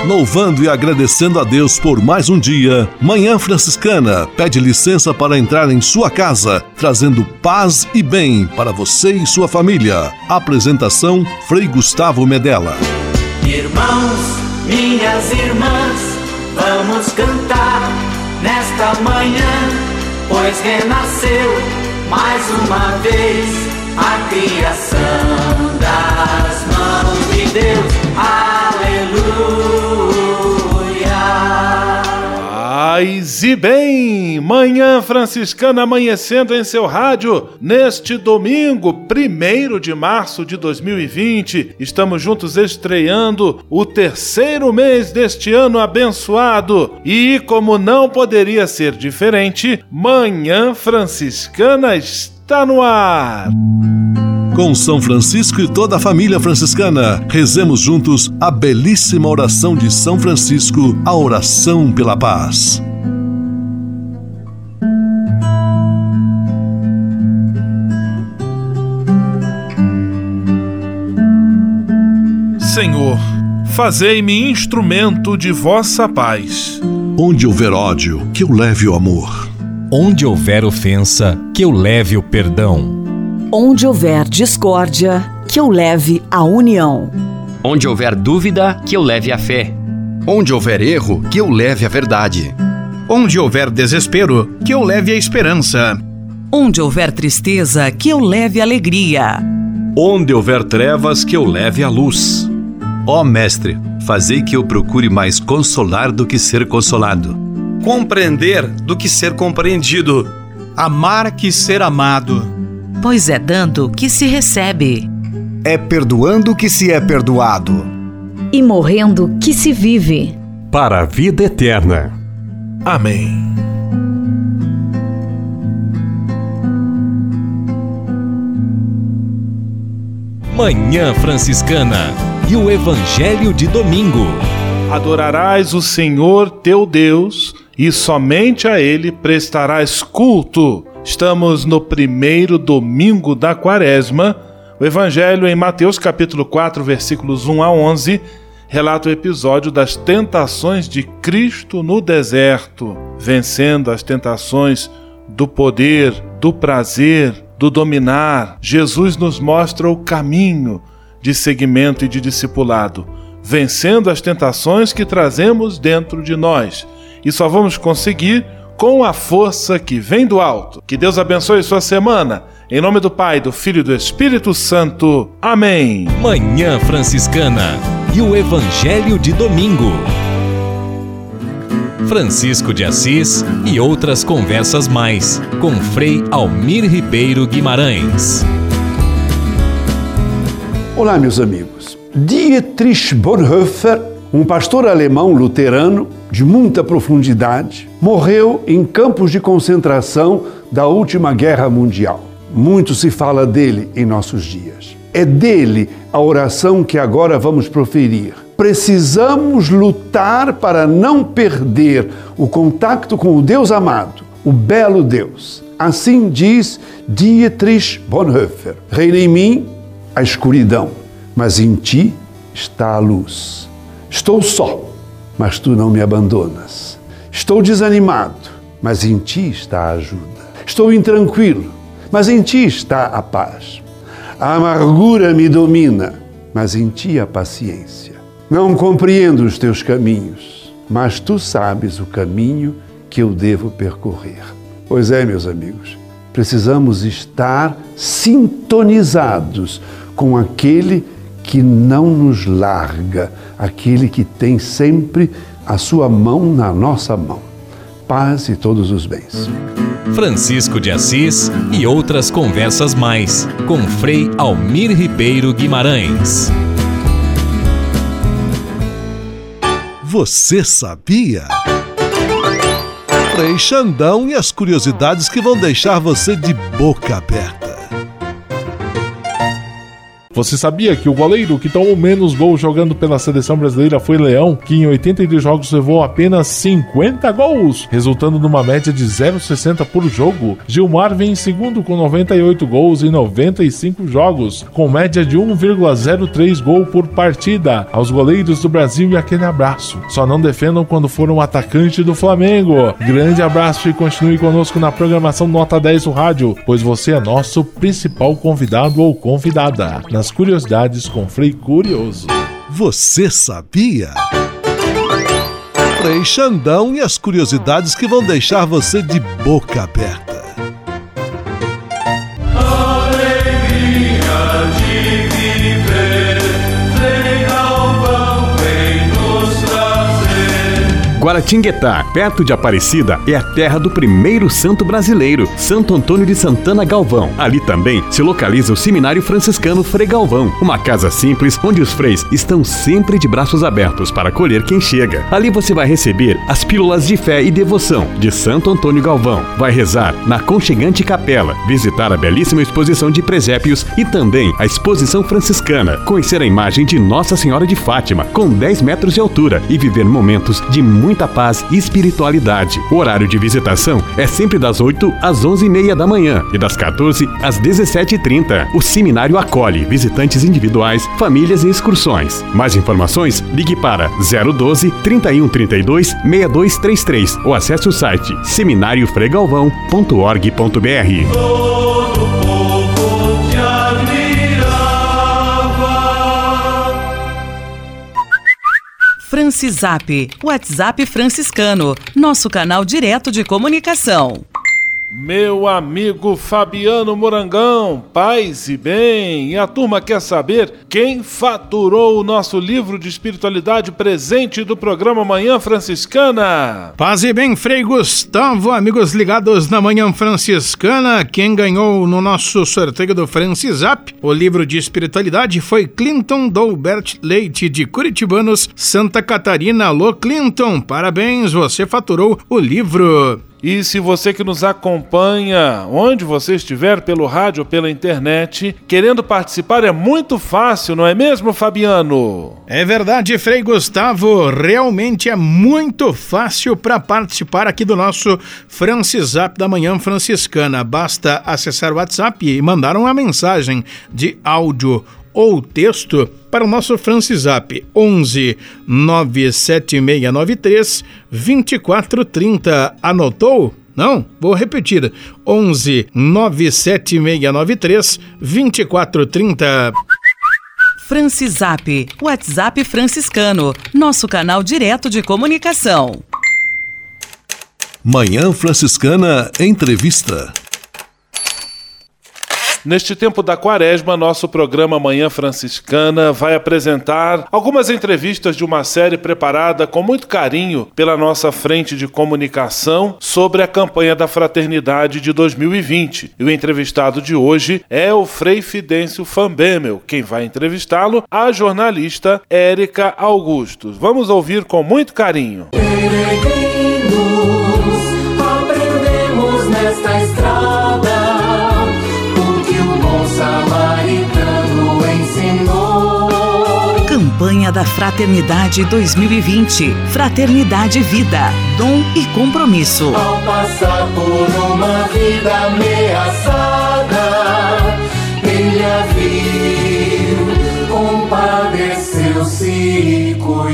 Louvando e agradecendo a Deus por mais um dia, Manhã Franciscana pede licença para entrar em sua casa, trazendo paz e bem para você e sua família. Apresentação, Frei Gustavo Medella. Irmãos, minhas irmãs, vamos cantar nesta manhã, pois renasceu mais uma vez a criação das mãos de Deus. Aleluia. Paz e bem, Manhã Franciscana amanhecendo em seu rádio neste domingo, 1º de março de 2020. Estamos juntos estreando o 3º mês deste ano abençoado. E como não poderia ser diferente, Manhã Franciscana está no ar. Com São Francisco e toda a família franciscana, rezemos juntos a belíssima oração de São Francisco, a oração pela paz. Senhor, fazei-me instrumento de vossa paz. Onde houver ódio, que eu leve o amor. Onde houver ofensa, que eu leve o perdão. Onde houver discórdia, que eu leve a união. Onde houver dúvida, que eu leve a fé. Onde houver erro, que eu leve a verdade. Onde houver desespero, que eu leve a esperança. Onde houver tristeza, que eu leve a alegria. Onde houver trevas, que eu leve a luz. Ó Mestre, fazei que eu procure mais consolar do que ser consolado. Compreender do que ser compreendido. Amar que ser amado. Pois é dando que se recebe. É perdoando que se é perdoado. E morrendo que se vive. Para a vida eterna. Amém. Manhã Franciscana e o Evangelho de domingo. Adorarás o Senhor teu Deus e somente a Ele prestarás culto. Estamos no 1º domingo da Quaresma. O Evangelho em Mateus capítulo 4, versículos 1 a 11, relata o episódio das tentações de Cristo no deserto, vencendo as tentações do poder, do prazer, do dominar. Jesus nos mostra o caminho de seguimento e de discipulado, vencendo as tentações que trazemos dentro de nós. E só vamos conseguir com a força que vem do alto. Que Deus abençoe sua semana. Em nome do Pai, do Filho e do Espírito Santo. Amém. Manhã Franciscana e o Evangelho de domingo. Francisco de Assis e outras conversas mais, com Frei Almir Ribeiro Guimarães. Olá, meus amigos. Dietrich Bonhoeffer, um pastor alemão luterano de muita profundidade, morreu em campos de concentração da última guerra mundial. Muito se fala dele em nossos dias. É dele a oração que agora vamos proferir. Precisamos lutar para não perder o contato com o Deus amado, o belo Deus. Assim diz Dietrich Bonhoeffer. Reina em mim a escuridão, mas em ti está a luz. Estou só, mas tu não me abandonas. Estou desanimado, mas em ti está a ajuda. Estou intranquilo, mas em ti está a paz. A amargura me domina, mas em ti a paciência. Não compreendo os teus caminhos, mas tu sabes o caminho que eu devo percorrer. Pois é, meus amigos, precisamos estar sintonizados com aquele que não nos larga, aquele que tem sempre a sua mão na nossa mão. Paz e todos os bens. Francisco de Assis e outras conversas mais, com Frei Almir Ribeiro Guimarães. Você sabia? Frei Xandão e as curiosidades que vão deixar você de boca aberta. Você sabia que o goleiro que tomou menos gols jogando pela seleção brasileira foi Leão, que em 82 jogos levou apenas 50 gols, resultando numa média de 0,60 por jogo? Gilmar vem em segundo com 98 gols em 95 jogos, com média de 1,03 gol por partida. Aos goleiros do Brasil e aquele abraço. Só não defendam quando for um atacante do Flamengo. Grande abraço e continue conosco na programação Nota 10 do rádio, pois você é nosso principal convidado ou convidada. Nas curiosidades com Frei Curioso. Você sabia? Frei Xandão e as curiosidades que vão deixar você de boca aberta. Guaratinguetá, perto de Aparecida, é a terra do primeiro santo brasileiro, Santo Antônio de Santana Galvão. Ali também se localiza o Seminário Franciscano Frei Galvão, uma casa simples onde os freis estão sempre de braços abertos para acolher quem chega. Ali você vai receber as pílulas de fé e devoção de Santo Antônio Galvão, vai rezar na aconchegante capela, visitar a belíssima exposição de presépios e também a exposição franciscana, conhecer a imagem de Nossa Senhora de Fátima com 10 metros de altura e viver momentos de muita paz e espiritualidade. O horário de visitação é sempre das 8 às 11h30 da manhã e das 14 às 17h30. O seminário acolhe visitantes individuais, famílias e excursões. Mais informações, ligue para 012 3132 6233 ou acesse o site seminariofreigalvão.org.br. Francisap, WhatsApp franciscano, nosso canal direto de comunicação. Meu amigo Fabiano Morangão, paz e bem, e a turma quer saber quem faturou o nosso livro de espiritualidade presente do programa Manhã Franciscana. Paz e bem, Frei Gustavo, amigos ligados na Manhã Franciscana, quem ganhou no nosso sorteio do Francisap o livro de espiritualidade foi Clinton Doubert Leite, de Curitibanos, Santa Catarina. Alô, Clinton, parabéns, você faturou o livro. E se você que nos acompanha, onde você estiver, pelo rádio ou pela internet, querendo participar, é muito fácil, não é mesmo, Fabiano? É verdade, Frei Gustavo, realmente é muito fácil para participar aqui do nosso Francisap da Manhã Franciscana. Basta acessar o WhatsApp e mandar uma mensagem de áudio ou texto para o nosso Francisap 11 97693 2430. Anotou? Não? Vou repetir. 11 97693 2430. Francisap, WhatsApp franciscano, nosso canal direto de comunicação. Manhã Franciscana Entrevista. Neste tempo da Quaresma, nosso programa Manhã Franciscana vai apresentar algumas entrevistas de uma série preparada com muito carinho pela nossa frente de comunicação sobre a campanha da Fraternidade de 2020. E o entrevistado de hoje é o Frei Fidêncio Fambemel. Quem vai entrevistá-lo? A jornalista Érica Augustos. Vamos ouvir com muito carinho. Peregrinos, aprendemos nesta estrada Samaritano ensinou. Campanha da Fraternidade 2020. Fraternidade Vida, Dom e Compromisso. Ao passar por uma vida ameaçada, ele a viu, compadeceu-se e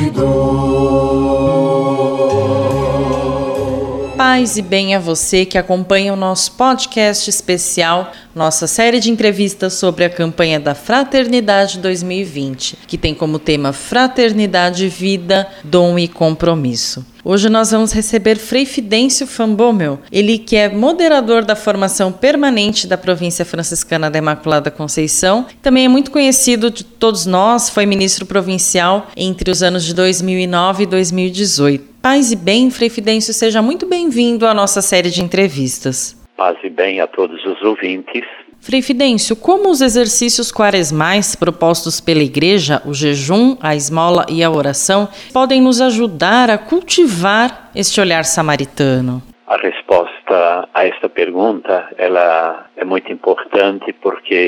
cuidou. Paz e bem a você que acompanha o nosso podcast especial, nossa série de entrevistas sobre a campanha da Fraternidade 2020, que tem como tema Fraternidade, Vida, Dom e Compromisso. Hoje nós vamos receber Frei Fidêncio Fambemel, ele que é moderador da formação permanente da província franciscana da Imaculada Conceição, também é muito conhecido de todos nós, foi ministro provincial entre os anos de 2009 e 2018. Paz e bem, Frei Fidêncio, seja muito bem-vindo à nossa série de entrevistas. Paz e bem a todos os ouvintes. Frei Fidêncio, como os exercícios quaresmais propostos pela Igreja, o jejum, a esmola e a oração, podem nos ajudar a cultivar este olhar samaritano? A resposta a esta pergunta, ela é muito importante porque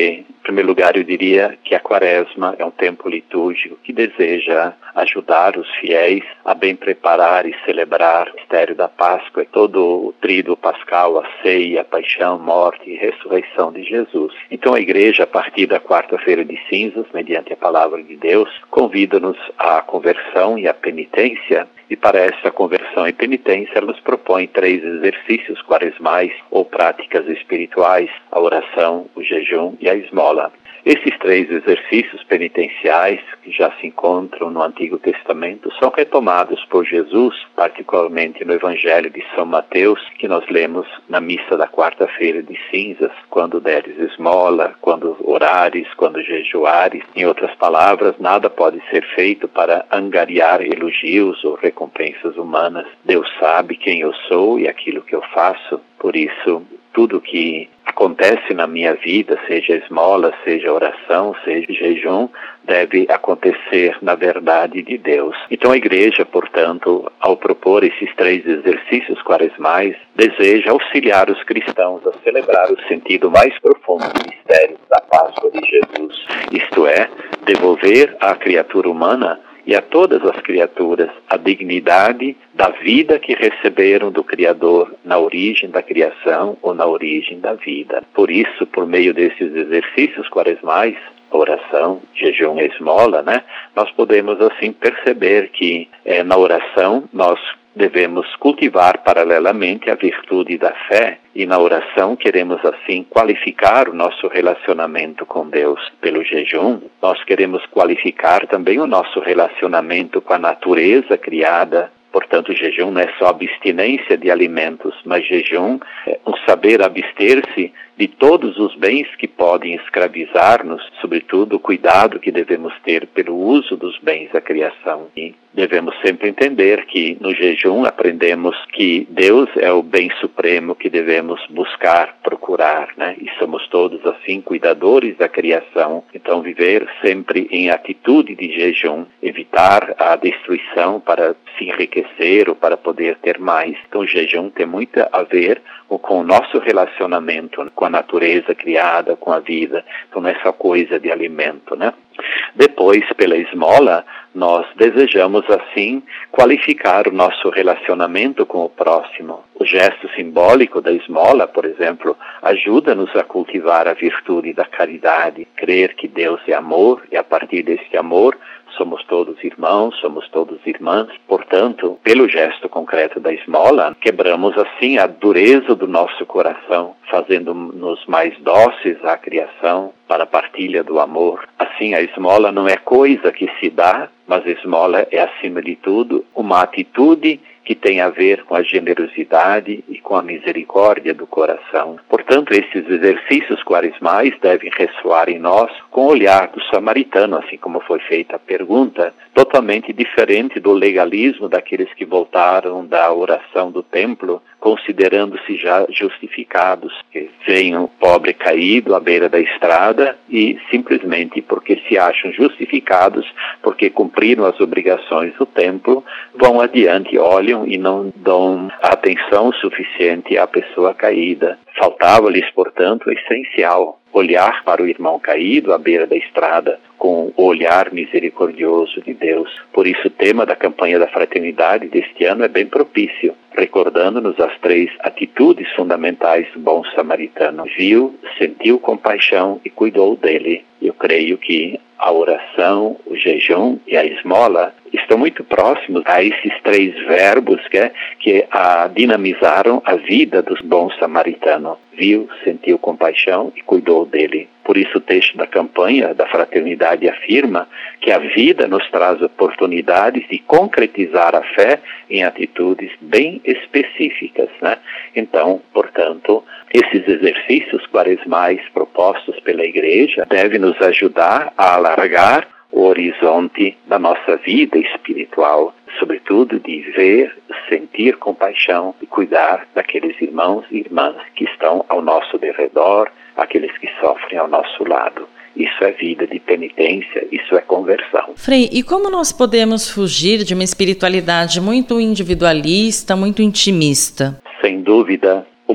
primeiro lugar, eu diria que a Quaresma é um tempo litúrgico que deseja ajudar os fiéis a bem preparar e celebrar o mistério da Páscoa, todo o tríduo pascal, a ceia, a paixão, morte e ressurreição de Jesus. Então a Igreja, a partir da quarta-feira de cinzas, mediante a palavra de Deus, convida-nos à conversão e à penitência, e para essa conversão e penitência ela nos propõe 3 exercícios quaresmais ou práticas espirituais: a oração, o jejum e a esmola. Esses 3 exercícios penitenciais, que já se encontram no Antigo Testamento, são retomados por Jesus, particularmente no Evangelho de São Mateus, que nós lemos na missa da quarta-feira de cinzas: quando deres esmola, quando orares, quando jejuares. Em outras palavras, nada pode ser feito para angariar elogios ou recompensas humanas. Deus sabe quem eu sou e aquilo que eu faço. Por isso, tudo que acontece na minha vida, seja esmola, seja oração, seja jejum, deve acontecer na verdade de Deus. Então a Igreja, portanto, ao propor esses 3 exercícios quaresmais, deseja auxiliar os cristãos a celebrar o sentido mais profundo do mistério da Páscoa de Jesus, isto é, devolver à criatura humana e a todas as criaturas a dignidade da vida que receberam do Criador na origem da criação ou na origem da vida. Por isso, por meio desses exercícios quaresmais, a oração, jejum e esmola, nós podemos assim perceber que na oração nós devemos cultivar paralelamente a virtude da fé, e na oração queremos assim qualificar o nosso relacionamento com Deus. Pelo jejum, nós queremos qualificar também o nosso relacionamento com a natureza criada. Portanto, o jejum não é só abstinência de alimentos, mas jejum é um saber abster-se de todos os bens que podem escravizar-nos, sobretudo o cuidado que devemos ter pelo uso dos bens da criação. E devemos sempre entender que no jejum aprendemos que Deus é o bem supremo que devemos buscar, procurar, E somos todos assim cuidadores da criação. Então viver sempre em atitude de jejum, evitar a destruição para se enriquecer ou para poder ter mais. Então o jejum tem muito a ver com o nosso relacionamento com a natureza criada, com a vida. Então não é só coisa de alimento, Depois, pela esmola, nós desejamos assim qualificar o nosso relacionamento com o próximo. O gesto simbólico da esmola, por exemplo, ajuda-nos a cultivar a virtude da caridade, crer que Deus é amor e a partir desse amor somos todos irmãos, somos todos irmãs. Portanto, pelo gesto concreto da esmola, quebramos assim a dureza do nosso coração, fazendo-nos mais dóceis à criação, para a partilha do amor. Assim, a esmola não é coisa que se dá, mas a esmola é, acima de tudo, uma atitude que tem a ver com a generosidade e com a misericórdia do coração. Portanto, esses exercícios quaresmais devem ressoar em nós com o olhar do samaritano, assim como foi feita a pergunta, totalmente diferente do legalismo daqueles que voltaram da oração do templo, considerando-se já justificados, que veem o pobre caído à beira da estrada e simplesmente porque se acham justificados, porque cumpriram as obrigações do templo, vão adiante, olham e não dão atenção suficiente à pessoa caída. Faltava-lhes, portanto, o essencial: olhar para o irmão caído à beira da estrada com o olhar misericordioso de Deus. Por isso o tema da campanha da fraternidade deste ano é bem propício, recordando-nos as 3 atitudes fundamentais do bom samaritano. Viu, sentiu compaixão e cuidou dele. Eu creio que a oração, o jejum e a esmola estão muito próximos a esses 3 verbos que dinamizaram a vida dos bons samaritanos. Viu, sentiu compaixão e cuidou dele. Por isso o texto da campanha da fraternidade afirma que a vida nos traz oportunidades de concretizar a fé em atitudes bem específicas, Então, portanto, esses exercícios quaresmais propostos pela Igreja devem nos ajudar a alargar o horizonte da nossa vida espiritual, sobretudo de ver, sentir compaixão e cuidar daqueles irmãos e irmãs que estão ao nosso derredor, aqueles que sofrem ao nosso lado. Isso é vida de penitência, isso é conversão. Frei, e como nós podemos fugir de uma espiritualidade muito individualista, muito intimista? Sem dúvida, o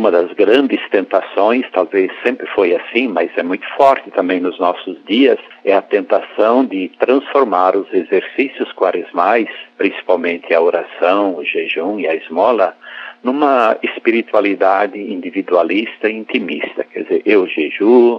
uma das grandes tentações, talvez sempre foi assim, mas é muito forte também nos nossos dias, é a tentação de transformar os exercícios quaresmais, principalmente a oração, o jejum e a esmola, numa espiritualidade individualista e intimista. Quer dizer, eu jejuo,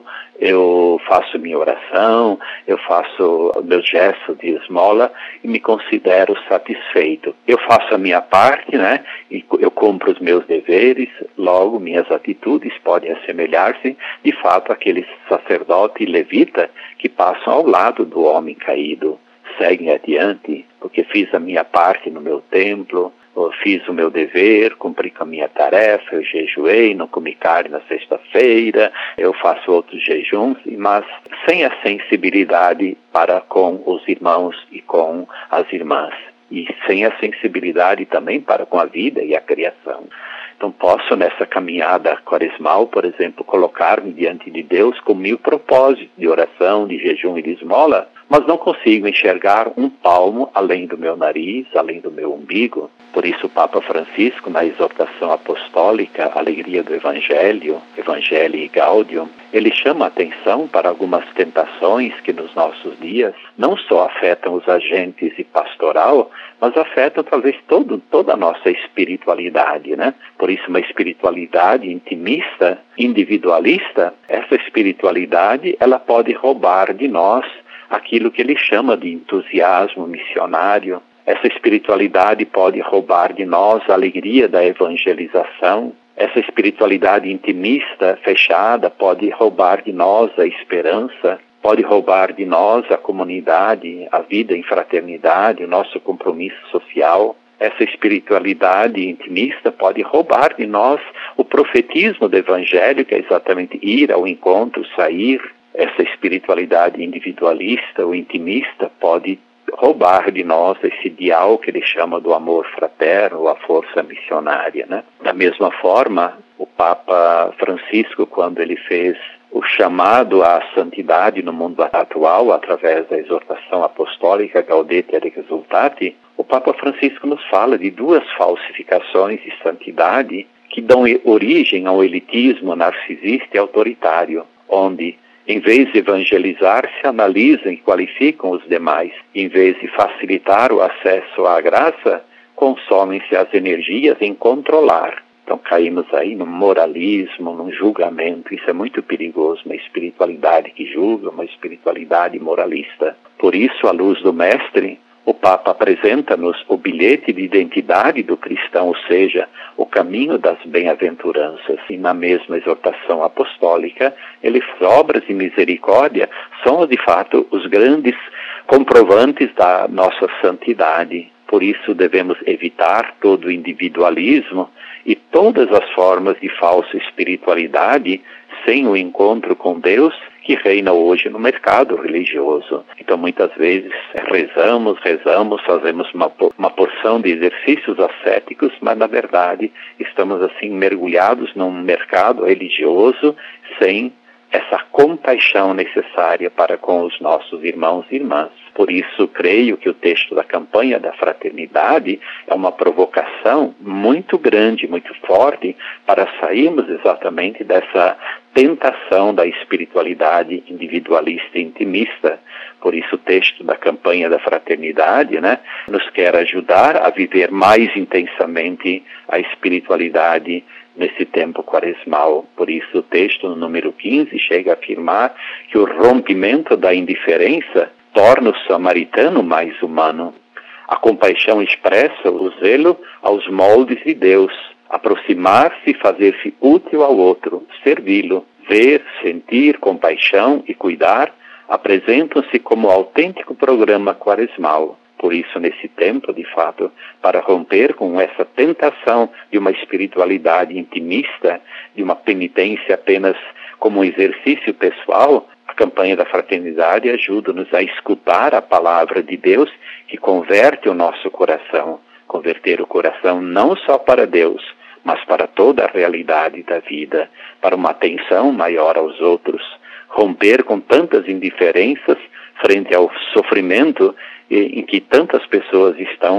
eu faço minha oração, eu faço o meu gesto de esmola e me considero satisfeito. Eu faço a minha parte, né? E eu cumpro os meus deveres, logo minhas atitudes podem assemelhar-se, de fato, àquele sacerdote levita que passam ao lado do homem caído, seguem adiante, porque fiz a minha parte no meu templo, eu fiz o meu dever, cumpri com a minha tarefa, eu jejuei, não comi carne na sexta-feira, eu faço outros jejuns, mas sem a sensibilidade para com os irmãos e com as irmãs, e sem a sensibilidade também para com a vida e a criação. Então posso, nessa caminhada quaresmal, por exemplo, colocar-me diante de Deus com 1000 propósitos de oração, de jejum e de esmola, mas não consigo enxergar um palmo além do meu nariz, além do meu umbigo. Por isso o Papa Francisco, na exortação apostólica Alegria do Evangelho, Evangelii Gaudium, ele chama a atenção para algumas tentações que nos nossos dias não só afetam os agentes e pastoral, mas afetam talvez toda a nossa espiritualidade, né? Por isso uma espiritualidade intimista, individualista, essa espiritualidade ela pode roubar de nós aquilo que ele chama de entusiasmo missionário. Essa espiritualidade pode roubar de nós a alegria da evangelização. Essa espiritualidade intimista, fechada, pode roubar de nós a esperança, pode roubar de nós a comunidade, a vida em fraternidade, o nosso compromisso social. Essa espiritualidade intimista pode roubar de nós o profetismo do Evangelho, que é exatamente ir ao encontro, sair. Essa espiritualidade individualista ou intimista pode roubar de nós esse ideal que ele chama do amor fraterno, a força missionária, né? Da mesma forma, o Papa Francisco, quando ele fez o chamado à santidade no mundo atual, através da exortação apostólica Gaudete et Exsultate, o Papa Francisco nos fala de 2 falsificações de santidade que dão origem ao elitismo narcisista e autoritário, onde em vez de evangelizar, se analisam e qualificam os demais. Em vez de facilitar o acesso à graça, consomem-se as energias em controlar. Então caímos aí no moralismo, num julgamento. Isso é muito perigoso, uma espiritualidade que julga, uma espiritualidade moralista. Por isso, à luz do Mestre, o Papa apresenta-nos o bilhete de identidade do cristão, ou seja, o caminho das bem-aventuranças. E na mesma exortação apostólica, obras de misericórdia são, de fato, os grandes comprovantes da nossa santidade. Por isso devemos evitar todo o individualismo e todas as formas de falsa espiritualidade sem o encontro com Deus que reina hoje no mercado religioso. Então muitas vezes rezamos, fazemos uma porção de exercícios ascéticos, mas na verdade estamos assim mergulhados num mercado religioso sem essa compaixão necessária para com os nossos irmãos e irmãs. Por isso, creio que o texto da campanha da fraternidade é uma provocação muito grande, muito forte, para sairmos exatamente dessa tentação da espiritualidade individualista e intimista. Por isso, o texto da campanha da fraternidade, nos quer ajudar a viver mais intensamente a espiritualidade nesse tempo quaresmal. Por isso o texto no número 15 chega a afirmar que o rompimento da indiferença torna o samaritano mais humano. A compaixão expressa o zelo aos moldes de Deus, aproximar-se e fazer-se útil ao outro, servi-lo. Ver, sentir, compaixão e cuidar apresentam-se como autêntico programa quaresmal. Por isso, nesse tempo, de fato, para romper com essa tentação de uma espiritualidade intimista, de uma penitência apenas como um exercício pessoal, a campanha da fraternidade ajuda-nos a escutar a palavra de Deus que converte o nosso coração. Converter o coração não só para Deus, mas para toda a realidade da vida, para uma atenção maior aos outros. Romper com tantas indiferenças frente ao sofrimento em que tantas pessoas estão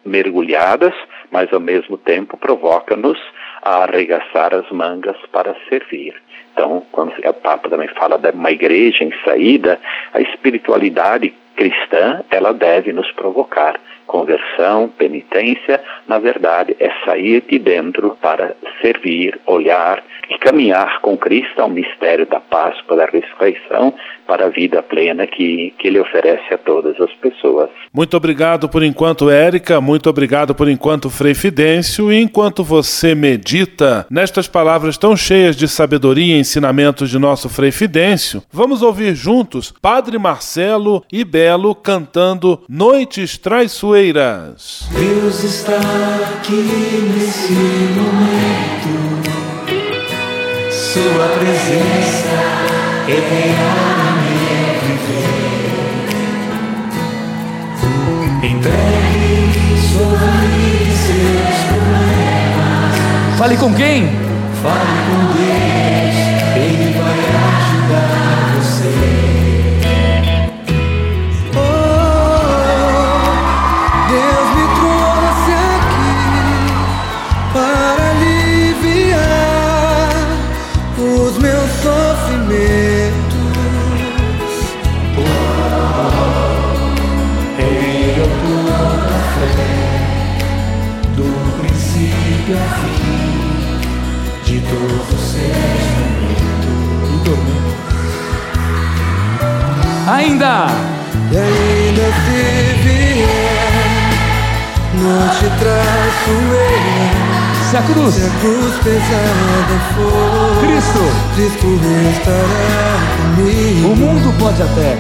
mergulhadas, mas ao mesmo tempo provoca-nos a arregaçar as mangas para servir. Então, quando o Papa também fala de uma igreja em saída, a espiritualidade cristã, ela deve nos provocar. Conversão, penitência, na verdade, é sair de dentro para servir, olhar e caminhar com Cristo ao mistério da Páscoa, da ressurreição, para a vida plena que Ele oferece a todas as pessoas. Muito obrigado por enquanto, Érica, muito obrigado por enquanto, Frei Fidêncio, e enquanto você medita nestas palavras tão cheias de sabedoria e ensinamentos de nosso Frei Fidêncio, vamos ouvir juntos Padre Marcelo e Belo cantando Noites Traiçoeiras. Deus está aqui nesse momento, Sua presença é real em meu viver. Entregue sua vida e seus problemas. Fale com quem? Fale com Deus, Ele vai ajudar você. Deus me trouxe aqui para aliviar os meus sofrimentos. Ele é o pão da fé, do princípio ao fim, de todos os seus momentos. Ainda! E ainda se vier noite traiçoeira, se a cruz pesada for, Cristo estará comigo. O mundo pode até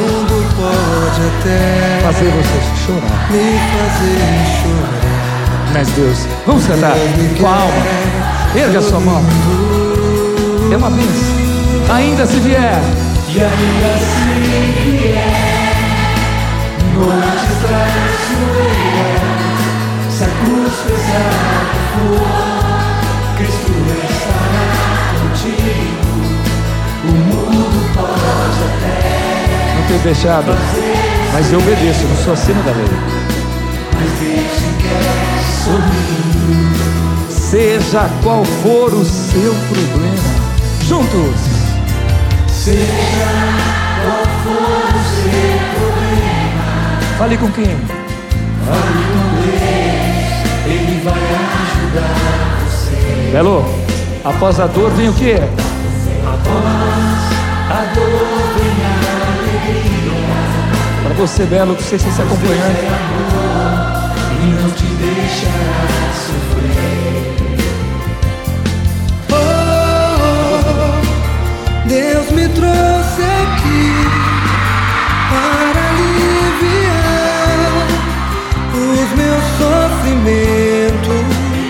fazer você chorar, me fazer chorar, mas Deus, vamos cantar com a alma, erga sua mão, é uma bênção. Ainda se vier, e ainda se vier noites traiçoeiras, se a cruz pesada for, Cristo estará contigo. O mundo pode até não ter deixado, mas eu obedeço, não sou acima da lei. Mas Deus quer sorrir, seja qual for o seu problema, juntos. Seja qual for o seu problema, fale com quem? Fale com Deus, Ele vai ajudar você. Belo, após a dor vem o quê? Após a dor vem a alegria. Para você, Belo, que você esteja se acompanhando. E não te deixará sofrer. Deus me trouxe aqui para aliviar os meus sofrimentos.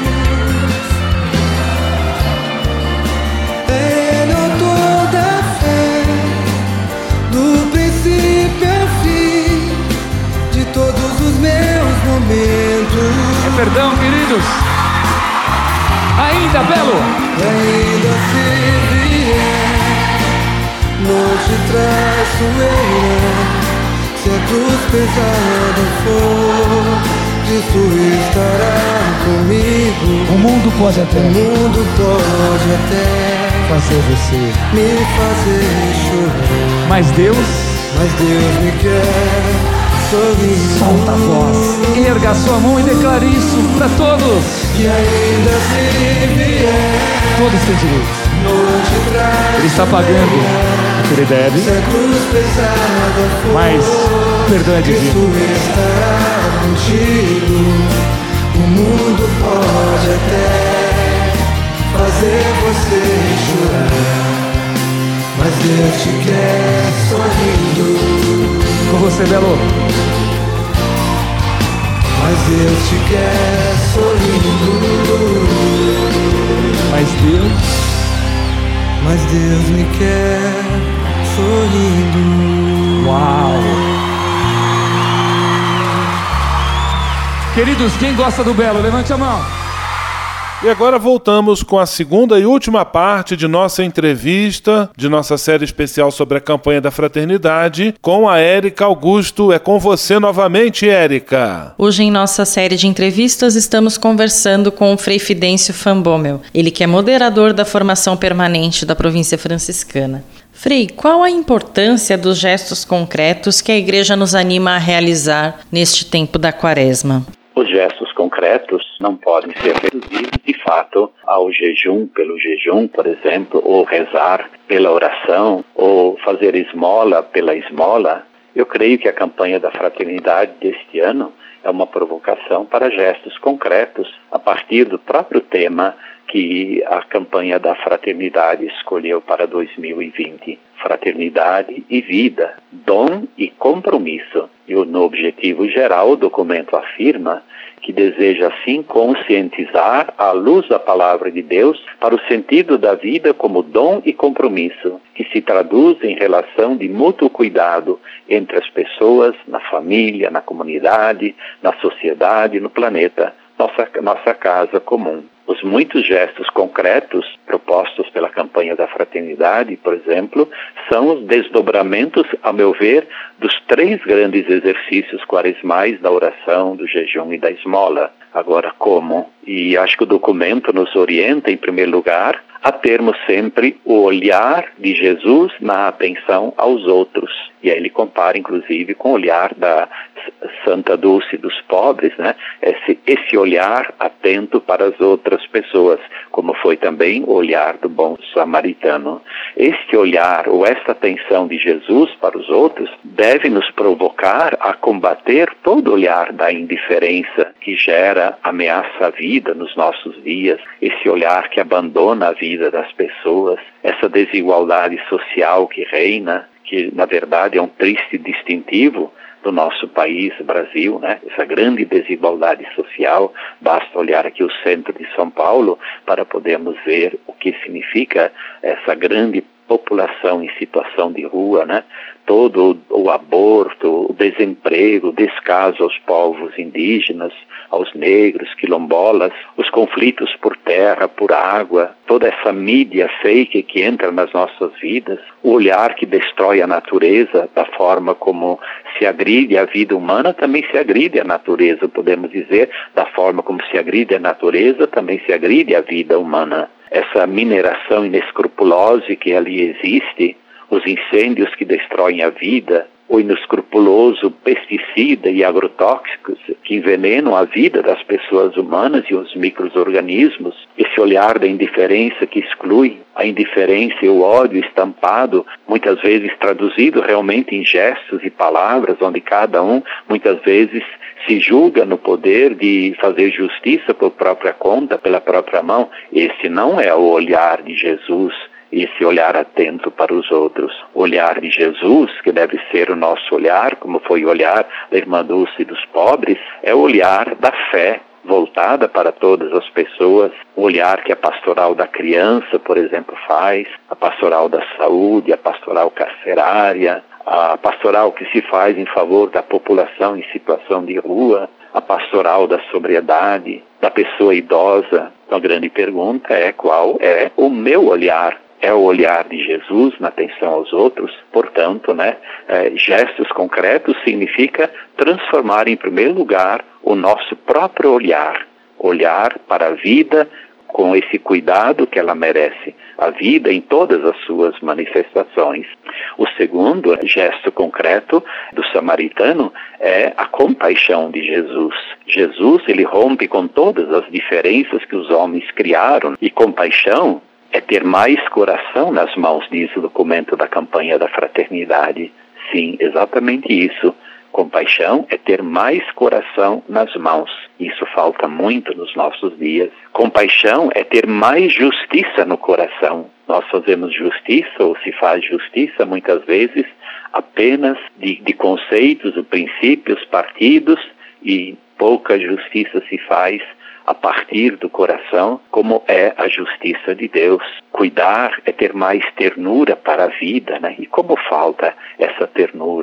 Ele é o autor da fé, do princípio ao fim, de todos os meus momentos. É perdão, queridos. Ainda, Belo. Ainda se vier noite traiçoeira, se a cruz pesada for, Cristo estará comigo. O mundo pode até fazer você me fazer chorar, mas Deus me quer sorrindo. Solta a voz, erga a sua mão e declare isso para todos. E ainda se vier, todos têm direito. Ele está pagando o que ele deve, mas perdão é divino. Estará contigo. O mundo pode até fazer você chorar, mas Deus te quer sorrindo. Com você, Belo. Mas Deus te quer sorrindo. Mas Deus me quer sorrindo. Uau! Queridos, quem gosta do Belo, levante a mão. E agora voltamos com a segunda e última parte de nossa entrevista, de nossa série especial sobre a campanha da fraternidade, com a Érica Augusto. É com você novamente, Érica. Hoje em nossa série de entrevistas estamos conversando com o Frei Fidêncio Van Bommel, ele que é moderador da formação permanente da província franciscana. Frei, qual a importância dos gestos concretos que a Igreja nos anima a realizar neste tempo da Quaresma? Os gestos concretos não podem ser reduzidos, de fato, ao jejum pelo jejum, por exemplo, ou rezar pela oração, ou fazer esmola pela esmola. Eu creio que a campanha da fraternidade deste ano é uma provocação para gestos concretos, a partir do próprio tema que a campanha da fraternidade escolheu para 2020. Fraternidade e vida, dom e compromisso. E no objetivo geral, o documento afirma que deseja assim conscientizar, à luz da palavra de Deus, para o sentido da vida como dom e compromisso, que se traduz em relação de mútuo cuidado entre as pessoas, na família, na comunidade, na sociedade, no planeta, nossa casa comum. Os muitos gestos concretos propostos pela campanha da fraternidade, por exemplo, são os desdobramentos, a meu ver, dos 3 grandes exercícios quaresmais da oração, do jejum e da esmola. Agora, como? E acho que o documento nos orienta, em primeiro lugar, a termos sempre o olhar de Jesus na atenção aos outros. E aí ele compara, inclusive, com o olhar da Santa Dulce dos pobres, né? Esse olhar atento para as outras pessoas, como foi também o olhar do bom samaritano. Este olhar, ou esta atenção de Jesus para os outros, deve nos provocar a combater todo olhar da indiferença que gera ameaça à vida nos nossos dias, esse olhar que abandona a vida das pessoas, essa desigualdade social que reina, que na verdade é um triste distintivo do nosso país, Brasil, né? Essa grande desigualdade social. Basta olhar aqui o centro de São Paulo para podermos ver o que significa essa grande população em situação de rua, né? Todo o aborto, o desemprego, o descaso aos povos indígenas, aos negros, quilombolas, os conflitos por terra, por água, toda essa mídia fake que entra nas nossas vidas, o olhar que destrói a natureza, da forma como se agride a vida humana, também se agride a natureza, podemos dizer, da forma como se agride a natureza, também se agride a vida humana. Essa mineração inescrupulosa que ali existe, os incêndios que destroem a vida, o inescrupuloso pesticida e agrotóxicos que envenenam a vida das pessoas humanas e os micro-organismos, esse olhar da indiferença que exclui, a indiferença e o ódio estampado, muitas vezes traduzido realmente em gestos e palavras, onde cada um, muitas vezes, se julga no poder de fazer justiça por própria conta, pela própria mão. Esse não é o olhar de Jesus, esse olhar atento para os outros. O olhar de Jesus, que deve ser o nosso olhar, como foi o olhar da irmã Dulce dos pobres, é o olhar da fé, voltada para todas as pessoas, o olhar que a pastoral da criança, por exemplo, faz, a pastoral da saúde, a pastoral carcerária, a pastoral que se faz em favor da população em situação de rua, a pastoral da sobriedade, da pessoa idosa. Então a grande pergunta é: qual é o meu olhar? É o olhar de Jesus na atenção aos outros? Portanto, gestos concretos significa transformar em primeiro lugar o nosso próprio olhar para a vida com esse cuidado que ela merece, a vida em todas as suas manifestações. O segundo gesto concreto do samaritano é a compaixão de Jesus. Jesus, ele rompe com todas as diferenças que os homens criaram, e compaixão é ter mais coração nas mãos, diz o documento da campanha da fraternidade. Sim, exatamente isso. Compaixão é ter mais coração nas mãos. Isso falta muito nos nossos dias. Compaixão é ter mais justiça no coração. Nós fazemos justiça, ou se faz justiça, muitas vezes, apenas de conceitos, de princípios, partidos, e pouca justiça se faz a partir do coração, como é a justiça de Deus. Cuidar é ter mais ternura para a vida, né? E como falta essa ternura?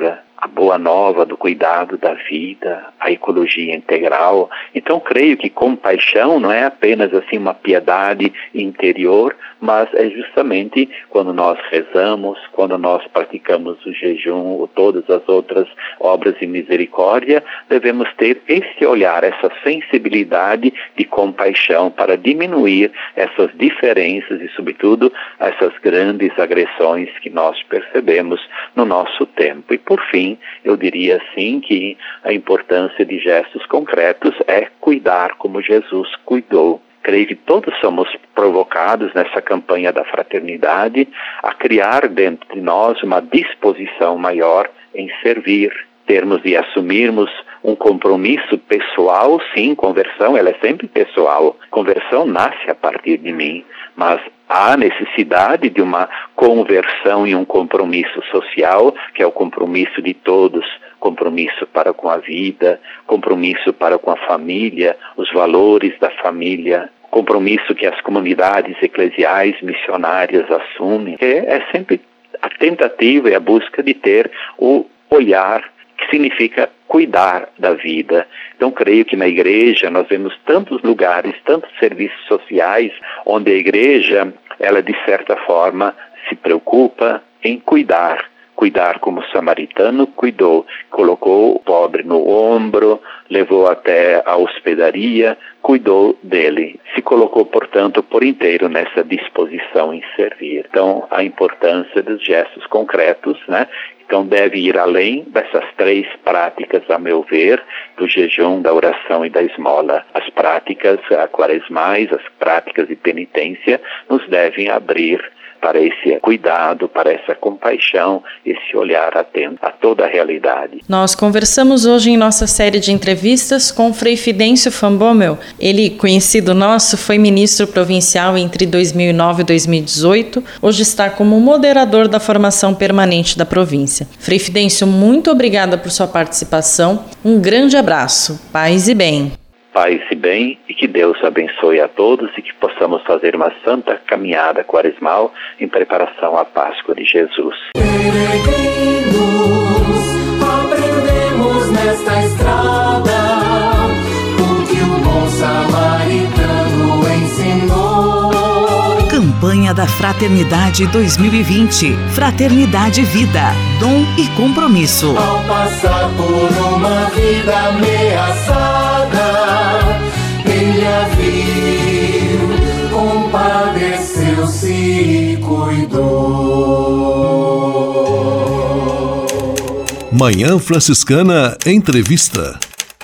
a boa nova do cuidado da vida, a ecologia integral. Então creio que compaixão não é apenas assim uma piedade interior, mas é justamente quando nós rezamos, quando nós praticamos o jejum ou todas as outras obras de misericórdia, devemos ter esse olhar, essa sensibilidade de compaixão para diminuir essas diferenças e, sobretudo, essas grandes agressões que nós percebemos no nosso tempo. E, por fim, eu diria assim que a importância de gestos concretos é cuidar como Jesus cuidou. Creio que todos somos provocados nessa campanha da fraternidade a criar dentro de nós uma disposição maior em servir, termos de assumirmos um compromisso pessoal. Sim, conversão, ela é sempre pessoal. Conversão nasce a partir de mim, mas há necessidade de uma conversão e um compromisso social, que é o compromisso de todos, compromisso para com a vida, compromisso para com a família, os valores da família, compromisso que as comunidades eclesiais missionárias assumem, que é sempre a tentativa e a busca de ter o olhar que significa cuidar da vida. Então, creio que na igreja nós vemos tantos lugares, tantos serviços sociais, onde a igreja, ela de certa forma se preocupa em cuidar como o samaritano cuidou, colocou o pobre no ombro, levou até a hospedaria, cuidou dele. Se colocou, portanto, por inteiro nessa disposição em servir. Então, a importância dos gestos concretos, né? Então, deve ir além dessas 3 práticas, a meu ver, do jejum, da oração e da esmola. As práticas quaresmais, as práticas de penitência, nos devem abrir para esse cuidado, para essa compaixão, esse olhar atento a toda a realidade. Nós conversamos hoje em nossa série de entrevistas com o Frei Fidêncio Van Bommel. Ele, conhecido nosso, foi ministro provincial entre 2009 e 2018. Hoje está como moderador da formação permanente da província. Frei Fidêncio, muito obrigada por sua participação. Um grande abraço. Paz e bem. Paz e bem, e que Deus abençoe a todos e que possamos fazer uma santa caminhada quaresmal em preparação à Páscoa de Jesus. Peregrinos, aprendemos nesta estrada o que o bom samaritano ensinou. Campanha da Fraternidade 2020. Fraternidade Vida, dom e compromisso. Ao passar por uma vida ameaçada, ele a viu, compadeceu-se e cuidou. Manhã Franciscana Entrevista.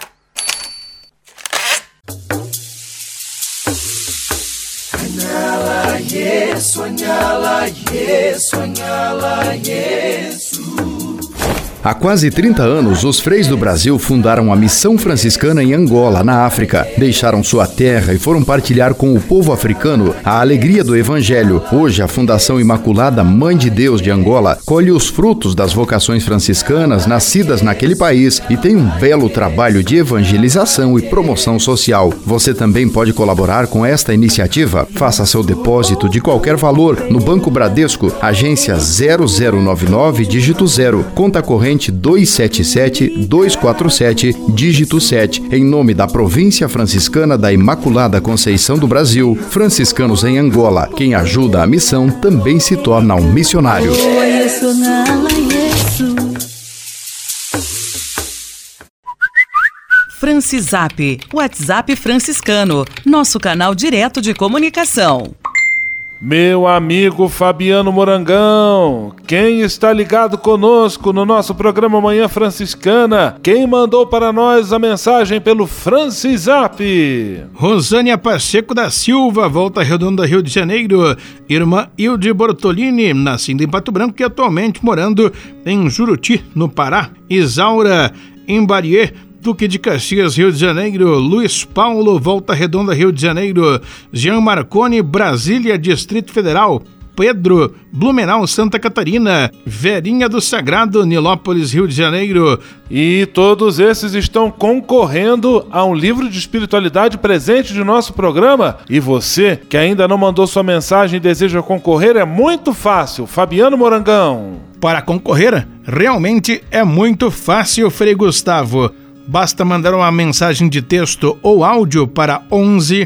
Añala Yesu, añala Yesu, añala Yesu. Há quase 30 anos, os freis do Brasil fundaram a Missão Franciscana em Angola, na África. Deixaram sua terra e foram partilhar com o povo africano a alegria do Evangelho. Hoje, a Fundação Imaculada Mãe de Deus de Angola colhe os frutos das vocações franciscanas nascidas naquele país e tem um belo trabalho de evangelização e promoção social. Você também pode colaborar com esta iniciativa. Faça seu depósito de qualquer valor no Banco Bradesco, agência 0099, dígito 0, conta corrente 277-247, dígito 7, em nome da Província Franciscana da Imaculada Conceição do Brasil, franciscanos em Angola. Quem ajuda a missão também se torna um missionário. Francisap, WhatsApp franciscano, nosso canal direto de comunicação. Meu amigo Fabiano Morangão, quem está ligado conosco no nosso programa Manhã Franciscana? Quem mandou para nós a mensagem pelo Francisap? Rosânia Pacheco da Silva, Volta Redonda, Rio de Janeiro. Irmã Hilde Bortolini, nascida em Pato Branco e atualmente morando em Juruti, no Pará. Isaura Embarier, Duque de Caxias, Rio de Janeiro. Luiz Paulo, Volta Redonda, Rio de Janeiro. Jean Marconi, Brasília, Distrito Federal. Pedro, Blumenau, Santa Catarina. Verinha do Sagrado, Nilópolis, Rio de Janeiro. E todos esses estão concorrendo a um livro de espiritualidade presente de nosso programa. E você, que ainda não mandou sua mensagem e deseja concorrer, é muito fácil. Fabiano Morangão. Para concorrer, realmente é muito fácil, Frei Gustavo. Basta mandar uma mensagem de texto ou áudio para 11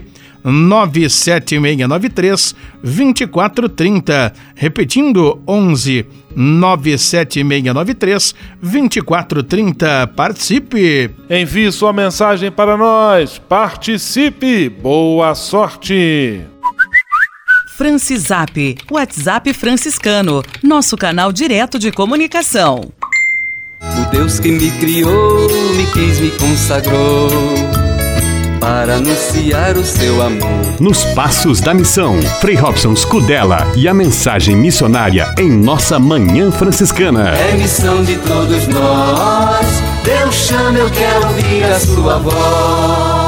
97693 2430. Repetindo, 11 97693 2430. Participe! Envie sua mensagem para nós. Participe! Boa sorte! Francisap, WhatsApp franciscano, nosso canal direto de comunicação. O Deus que me criou, me quis, me consagrou para anunciar o seu amor. Nos Passos da Missão, Frei Robson Scudella e a mensagem missionária em nossa Manhã Franciscana. É missão de todos nós, Deus chama, eu quero ouvir a sua voz.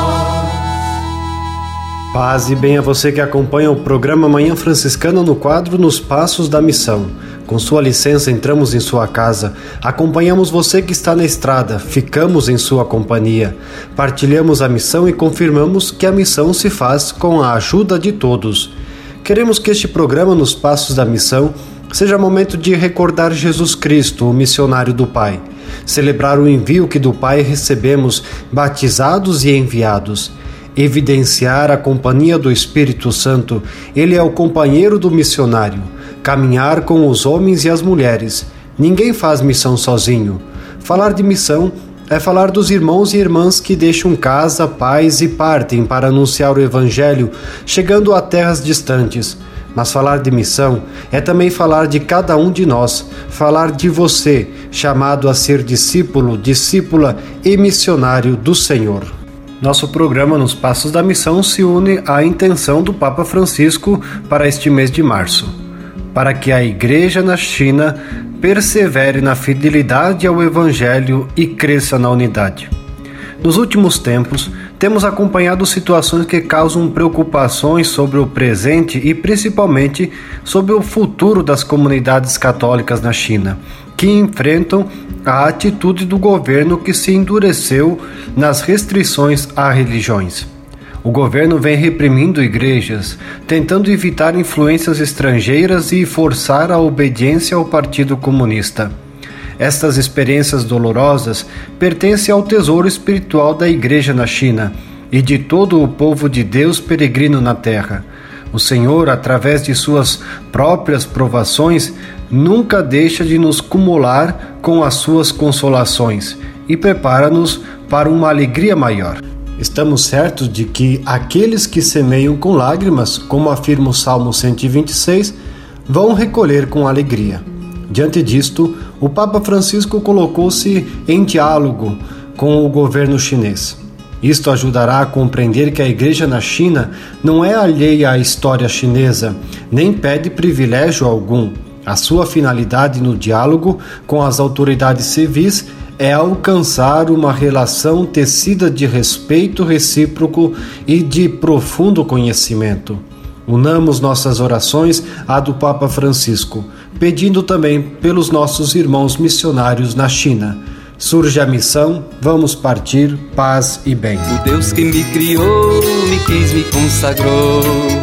Paz e bem a você que acompanha o programa Manhã Franciscana no quadro Nos Passos da Missão. Com sua licença, entramos em sua casa, acompanhamos você que está na estrada, ficamos em sua companhia, partilhamos a missão e confirmamos que a missão se faz com a ajuda de todos. Queremos que este programa Nos Passos da Missão seja momento de recordar Jesus Cristo, o missionário do Pai, celebrar o envio que do Pai recebemos, batizados e enviados, evidenciar a companhia do Espírito Santo. Ele é o companheiro do missionário. Caminhar com os homens e as mulheres. Ninguém faz missão sozinho. Falar de missão é falar dos irmãos e irmãs que deixam casa, pais e partem para anunciar o Evangelho, chegando a terras distantes. Mas falar de missão é também falar de cada um de nós, falar de você, chamado a ser discípulo, discípula e missionário do Senhor. Nosso programa Nos Passos da Missão se une à intenção do Papa Francisco para este mês de março, para que a Igreja na China persevere na fidelidade ao Evangelho e cresça na unidade. Nos últimos tempos, temos acompanhado situações que causam preocupações sobre o presente e principalmente sobre o futuro das comunidades católicas na China, que enfrentam a atitude do governo que se endureceu nas restrições a religiões. O governo vem reprimindo igrejas, tentando evitar influências estrangeiras e forçar a obediência ao Partido Comunista. Estas experiências dolorosas pertencem ao tesouro espiritual da Igreja na China e de todo o povo de Deus peregrino na terra. O Senhor, através de suas próprias provações, nunca deixa de nos cumular com as suas consolações e prepara-nos para uma alegria maior. Estamos certos de que aqueles que semeiam com lágrimas, como afirma o Salmo 126, vão recolher com alegria. Diante disto, o Papa Francisco colocou-se em diálogo com o governo chinês. Isto ajudará a compreender que a Igreja na China não é alheia à história chinesa, nem pede privilégio algum. A sua finalidade no diálogo com as autoridades civis é alcançar uma relação tecida de respeito recíproco e de profundo conhecimento. Unamos nossas orações à do Papa Francisco, pedindo também pelos nossos irmãos missionários na China. Surge a missão, vamos partir, paz e bem. O Deus que me criou, me quis, me consagrou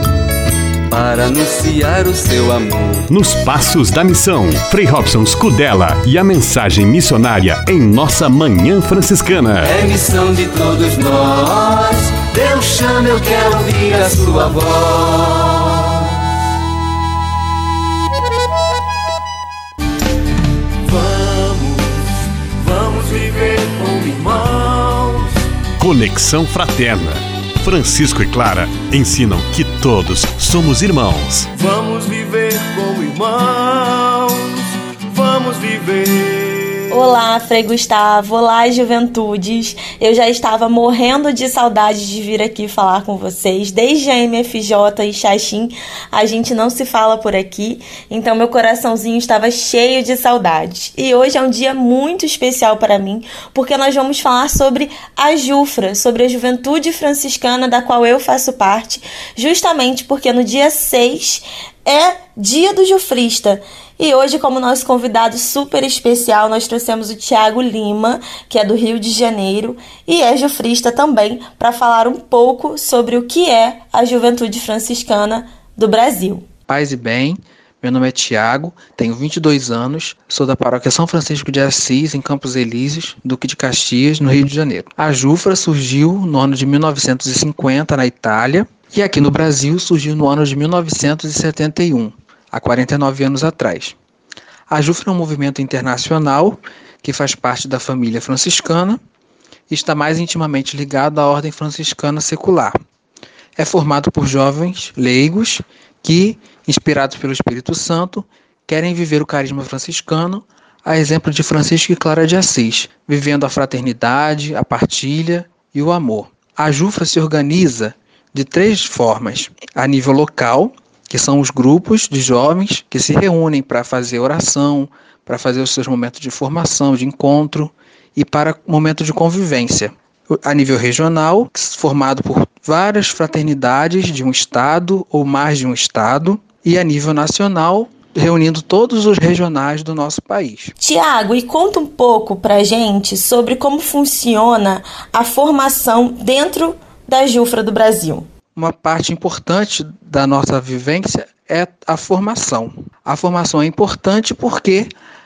para anunciar o seu amor. Nos Passos da Missão, Frei Robson Scudella e a mensagem missionária em nossa Manhã Franciscana. É missão de todos nós, Deus chama, eu quero ouvir a sua voz. Vamos viver como irmãos. Conexão Fraterna. Francisco e Clara ensinam que todos somos irmãos. Vamos viver como irmãos. Vamos viver. Olá, Frei Gustavo. Olá, juventudes. Eu já estava morrendo de saudade de vir aqui falar com vocês. Desde a MFJ e Xaxim, a gente não se fala por aqui, então meu coraçãozinho estava cheio de saudades. E hoje é um dia muito especial para mim, porque nós vamos falar sobre a Jufra, sobre a Juventude Franciscana, da qual eu faço parte, justamente porque no dia 6 é dia do Jufrista. E hoje, como nosso convidado super especial, nós trouxemos o Tiago Lima, que é do Rio de Janeiro e é jufrista também, para falar um pouco sobre o que é a Juventude Franciscana do Brasil. Paz e bem, Meu nome é Tiago, tenho 22 anos, sou da paróquia São Francisco de Assis, em Campos Elíseos, Duque de Caxias, no Rio de Janeiro. A Jufra surgiu no ano de 1950 na Itália e aqui no Brasil surgiu no ano de 1971, há 49 anos atrás. A Jufra é um movimento internacional que faz parte da família franciscana e está mais intimamente ligado à ordem franciscana secular. É formado por jovens leigos que, inspirados pelo Espírito Santo, querem viver o carisma franciscano, a exemplo de Francisco e Clara de Assis, vivendo a fraternidade, a partilha e o amor. A Jufra se organiza de 3 formas: a nível local, que são os grupos de jovens que se reúnem para fazer oração, para fazer os seus momentos de formação, de encontro e para momento de convivência. A nível regional, formado por várias fraternidades de um estado ou mais de um estado, e a nível nacional, reunindo todos os regionais do nosso país. Tiago, e conta um pouco pra gente sobre como funciona a formação dentro da Jufra do Brasil. Uma parte importante da nossa vivência é a formação. A formação é importante porque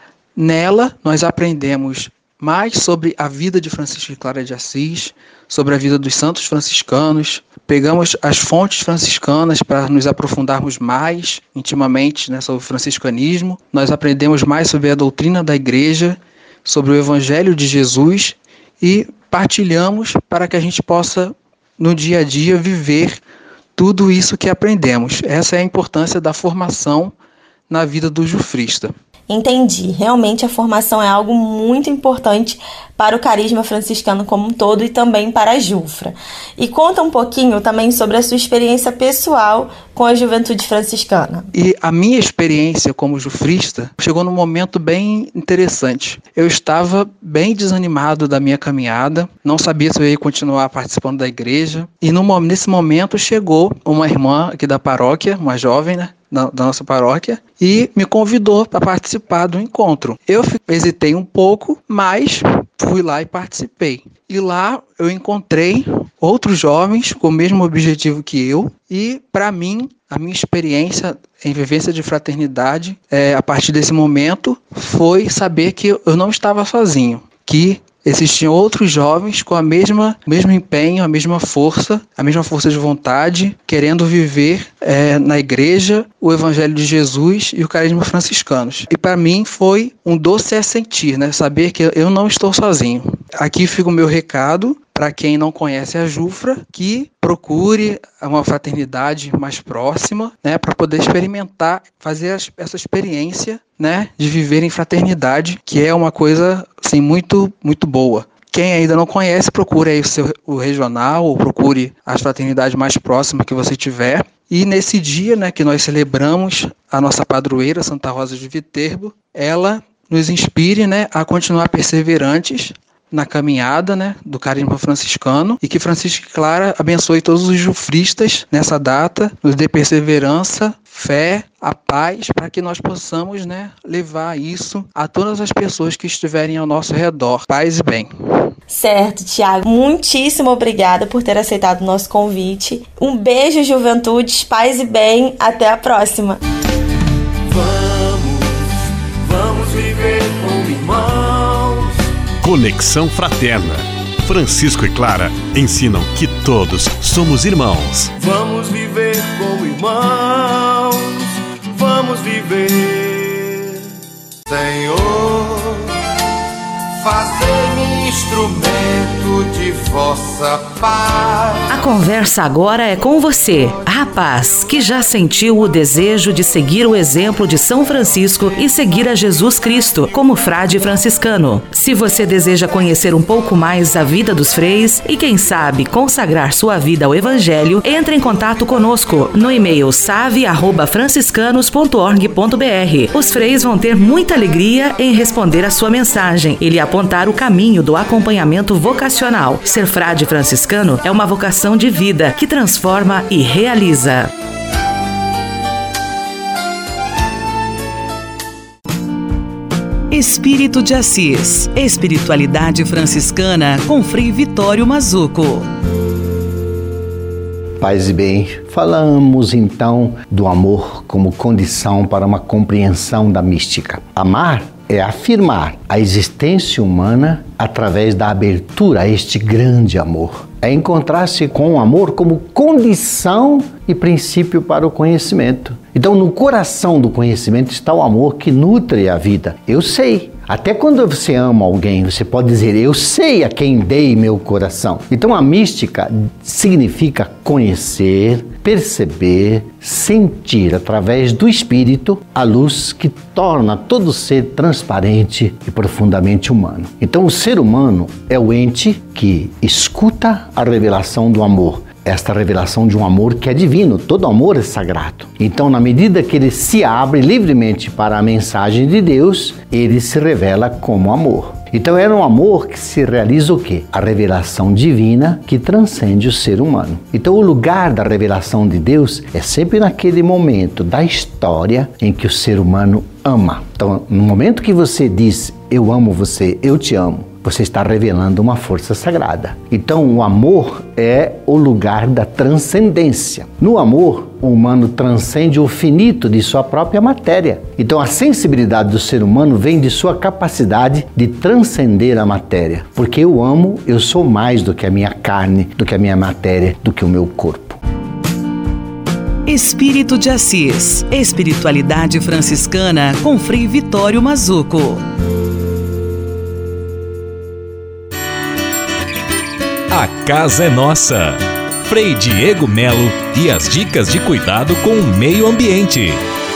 nela nós aprendemos mais sobre a vida de Francisco e Clara de Assis, sobre a vida dos santos franciscanos. Pegamos as fontes franciscanas para nos aprofundarmos mais intimamente, sobre o franciscanismo. Nós aprendemos mais sobre a doutrina da Igreja, sobre o Evangelho de Jesus e partilhamos para que a gente possa, no dia a dia, viver tudo isso que aprendemos. Essa é a importância da formação na vida do jufrista. Entendi. Realmente a formação é algo muito importante para o carisma franciscano como um todo e também para a Jufra. E conta um pouquinho também sobre a sua experiência pessoal com a juventude franciscana. E a minha experiência como jufrista chegou num momento bem interessante. Eu estava bem desanimado da minha caminhada, não sabia se eu ia continuar participando da igreja. E nesse momento chegou uma irmã aqui da paróquia, uma jovem, da nossa paróquia, e me convidou para participar do encontro. Eu hesitei um pouco, mas fui lá e participei. E lá eu encontrei outros jovens com o mesmo objetivo que eu, e para mim, a minha experiência em vivência de fraternidade, a partir desse momento, foi saber que eu não estava sozinho, que existiam outros jovens com o mesmo empenho, a mesma força de vontade, querendo viver na igreja o Evangelho de Jesus e o carisma franciscanos. E para mim foi um doce sentir, saber que eu não estou sozinho. Aqui fica o meu recado para quem não conhece a Jufra, que procure uma fraternidade mais próxima, para poder experimentar, fazer essa experiência, de viver em fraternidade, que é uma coisa assim, muito, muito boa. Quem ainda não conhece, procure aí o regional ou procure as fraternidades mais próximas que você tiver. E nesse dia, que nós celebramos a nossa padroeira, Santa Rosa de Viterbo, ela nos inspire, a continuar perseverantes na caminhada, do carisma franciscano, e que Francisco e Clara abençoe todos os jufristas nessa data, nos dê perseverança, fé, a paz, para que nós possamos, levar isso a todas as pessoas que estiverem ao nosso redor. Paz e bem. Certo, Tiago. Muitíssimo obrigada por ter aceitado o nosso convite. Um beijo, juventudes, paz e bem. Até a próxima. Vamos viver como irmãos. Conexão Fraterna. Francisco e Clara ensinam que todos somos irmãos. Vamos viver como irmãos. Vamos viver. Senhor, fazei-me instrumento de vossa paz. A conversa agora é com você, rapaz, que já sentiu o desejo de seguir o exemplo de São Francisco e seguir a Jesus Cristo como frade franciscano. Se você deseja conhecer um pouco mais a vida dos freis e, quem sabe, consagrar sua vida ao Evangelho, entre em contato conosco no e-mail save@franciscanos.org.br. Os freis vão ter muita alegria em responder a sua mensagem e lhe apontar o caminho do acompanhamento vocacional. Ser frade franciscano é uma vocação de vida que transforma e realiza. Espírito de Assis. Espiritualidade franciscana com Frei Vitório Mazzuco. Paz e bem. Falamos então do amor como condição para uma compreensão da mística. Amar é afirmar a existência humana através da abertura a este grande amor. É encontrar-se com o amor como condição e princípio para o conhecimento. Então, no coração do conhecimento está o amor que nutre a vida. Eu sei. Até quando você ama alguém, você pode dizer, eu sei a quem dei meu coração. Então, a mística significa conhecer, perceber, sentir através do espírito a luz que torna todo ser transparente e profundamente humano. Então, o ser humano é o ente que escuta a revelação do amor. Esta revelação de um amor que é divino, todo amor é sagrado. Então, na medida que ele se abre livremente para a mensagem de Deus, ele se revela como amor. Então, é um amor que se realiza o quê? A revelação divina que transcende o ser humano. Então, o lugar da revelação de Deus é sempre naquele momento da história em que o ser humano ama. Então, no momento que você diz, eu amo você, eu te amo, você está revelando uma força sagrada. Então, o amor é o lugar da transcendência. No amor, o humano transcende o finito de sua própria matéria. Então, a sensibilidade do ser humano vem de sua capacidade de transcender a matéria. Porque eu amo, eu sou mais do que a minha carne, do que a minha matéria, do que o meu corpo. Espírito de Assis. Espiritualidade franciscana com Frei Vitório Mazzuco. A casa é nossa. Frei Diego Melo e as dicas de cuidado com o meio ambiente.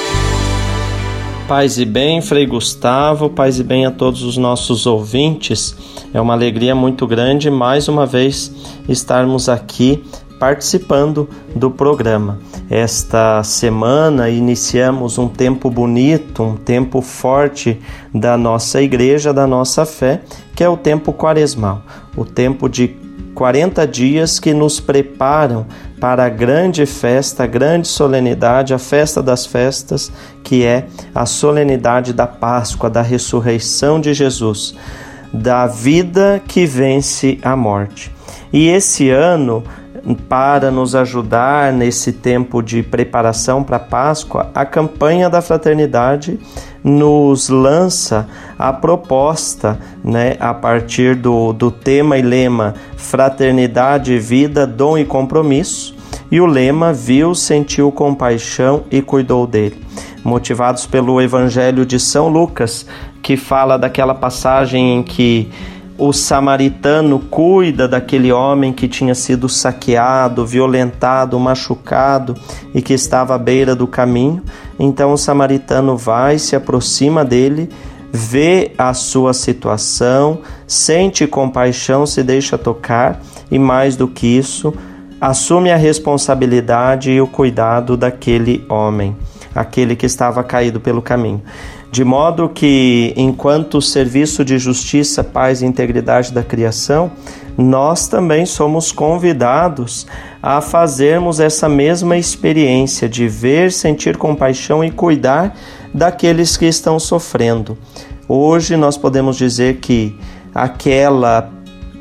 Paz e bem, Frei Gustavo, paz e bem a todos os nossos ouvintes. É uma alegria muito grande mais uma vez estarmos aqui participando do programa. Esta semana iniciamos um tempo bonito, um tempo forte da nossa igreja, da nossa fé, que é o tempo quaresmal, o tempo de 40 dias que nos preparam para a grande festa, a grande solenidade, a festa das festas, que é a solenidade da Páscoa, da ressurreição de Jesus, da vida que vence a morte. E esse ano, para nos ajudar nesse tempo de preparação para a Páscoa, a campanha da fraternidade nos lança a proposta, a partir do tema e lema Fraternidade, Vida, Dom e Compromisso, e o lema Viu, Sentiu Compaixão e Cuidou dele, motivados pelo Evangelho de São Lucas, que fala daquela passagem em que o samaritano cuida daquele homem que tinha sido saqueado, violentado, machucado e que estava à beira do caminho. Então o samaritano vai, se aproxima dele, vê a sua situação, sente compaixão, se deixa tocar e, mais do que isso, assume a responsabilidade e o cuidado daquele homem, aquele que estava caído pelo caminho. De modo que, enquanto serviço de justiça, paz e integridade da criação, nós também somos convidados a fazermos essa mesma experiência de ver, sentir compaixão e cuidar daqueles que estão sofrendo. Hoje nós podemos dizer que aquela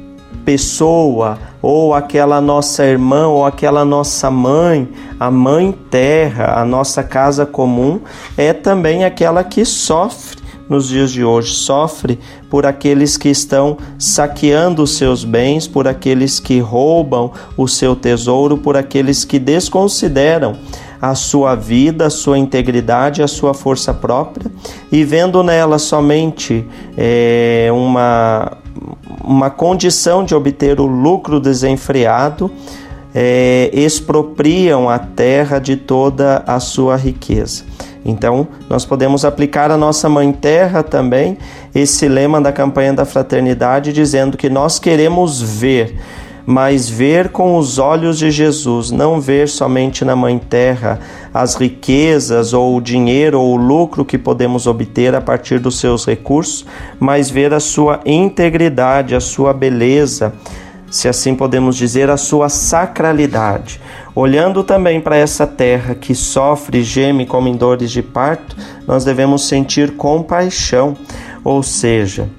pessoa, ou aquela nossa irmã, ou aquela nossa mãe, a Mãe Terra, a nossa casa comum, é também aquela que sofre nos dias de hoje, sofre por aqueles que estão saqueando os seus bens, por aqueles que roubam o seu tesouro, por aqueles que desconsideram a sua vida, a sua integridade, a sua força própria, e vendo nela somente uma condição de obter o lucro desenfreado, expropriam a terra de toda a sua riqueza. Então, nós podemos aplicar à nossa Mãe Terra também esse lema da campanha da fraternidade, dizendo que nós queremos ver, mas ver com os olhos de Jesus, não ver somente na Mãe Terra as riquezas ou o dinheiro ou o lucro que podemos obter a partir dos seus recursos, mas ver a sua integridade, a sua beleza, se assim podemos dizer, a sua sacralidade. Olhando também para essa terra que sofre e geme como em dores de parto, nós devemos sentir compaixão, ou seja,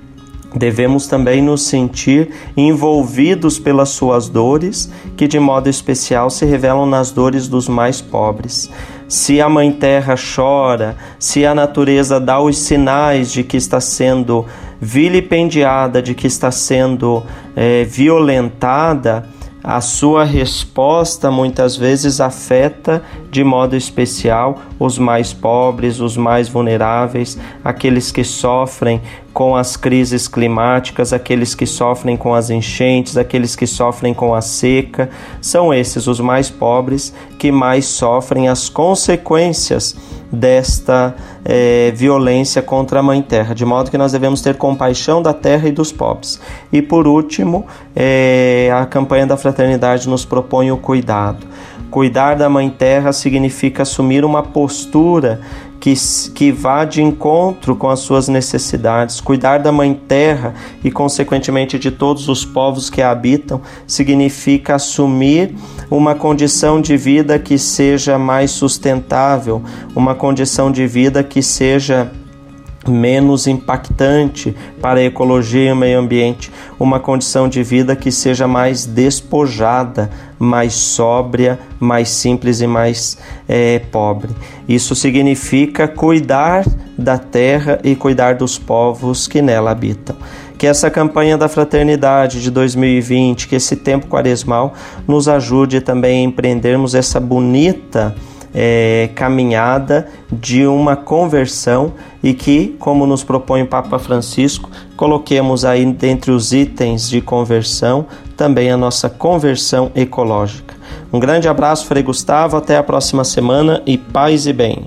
devemos também nos sentir envolvidos pelas suas dores, que de modo especial se revelam nas dores dos mais pobres. Se a Mãe Terra chora, se a natureza dá os sinais de que está sendo vilipendiada, de que está sendo violentada, a sua resposta muitas vezes afeta de modo especial os mais pobres, os mais vulneráveis, aqueles que sofrem com as crises climáticas, aqueles que sofrem com as enchentes, aqueles que sofrem com a seca. São esses os mais pobres que mais sofrem as consequências desta violência contra a Mãe Terra, de modo que nós devemos ter compaixão da terra e dos pobres. E por último, a campanha da fraternidade nos propõe o cuidado. Cuidar da Mãe Terra significa assumir uma postura que vá de encontro com as suas necessidades. Cuidar da Mãe Terra e, consequentemente, de todos os povos que a habitam, significa assumir uma condição de vida que seja mais sustentável, uma condição de vida que seja menos impactante para a ecologia e o meio ambiente, uma condição de vida que seja mais despojada, mais sóbria, mais simples e mais pobre. Isso significa cuidar da terra e cuidar dos povos que nela habitam. Que essa campanha da fraternidade de 2020, que esse tempo quaresmal nos ajude também a empreendermos essa bonita caminhada de uma conversão, e que, como nos propõe o Papa Francisco, coloquemos aí dentre os itens de conversão também a nossa conversão ecológica. Um grande abraço, Frei Gustavo, até a próxima semana e paz e bem.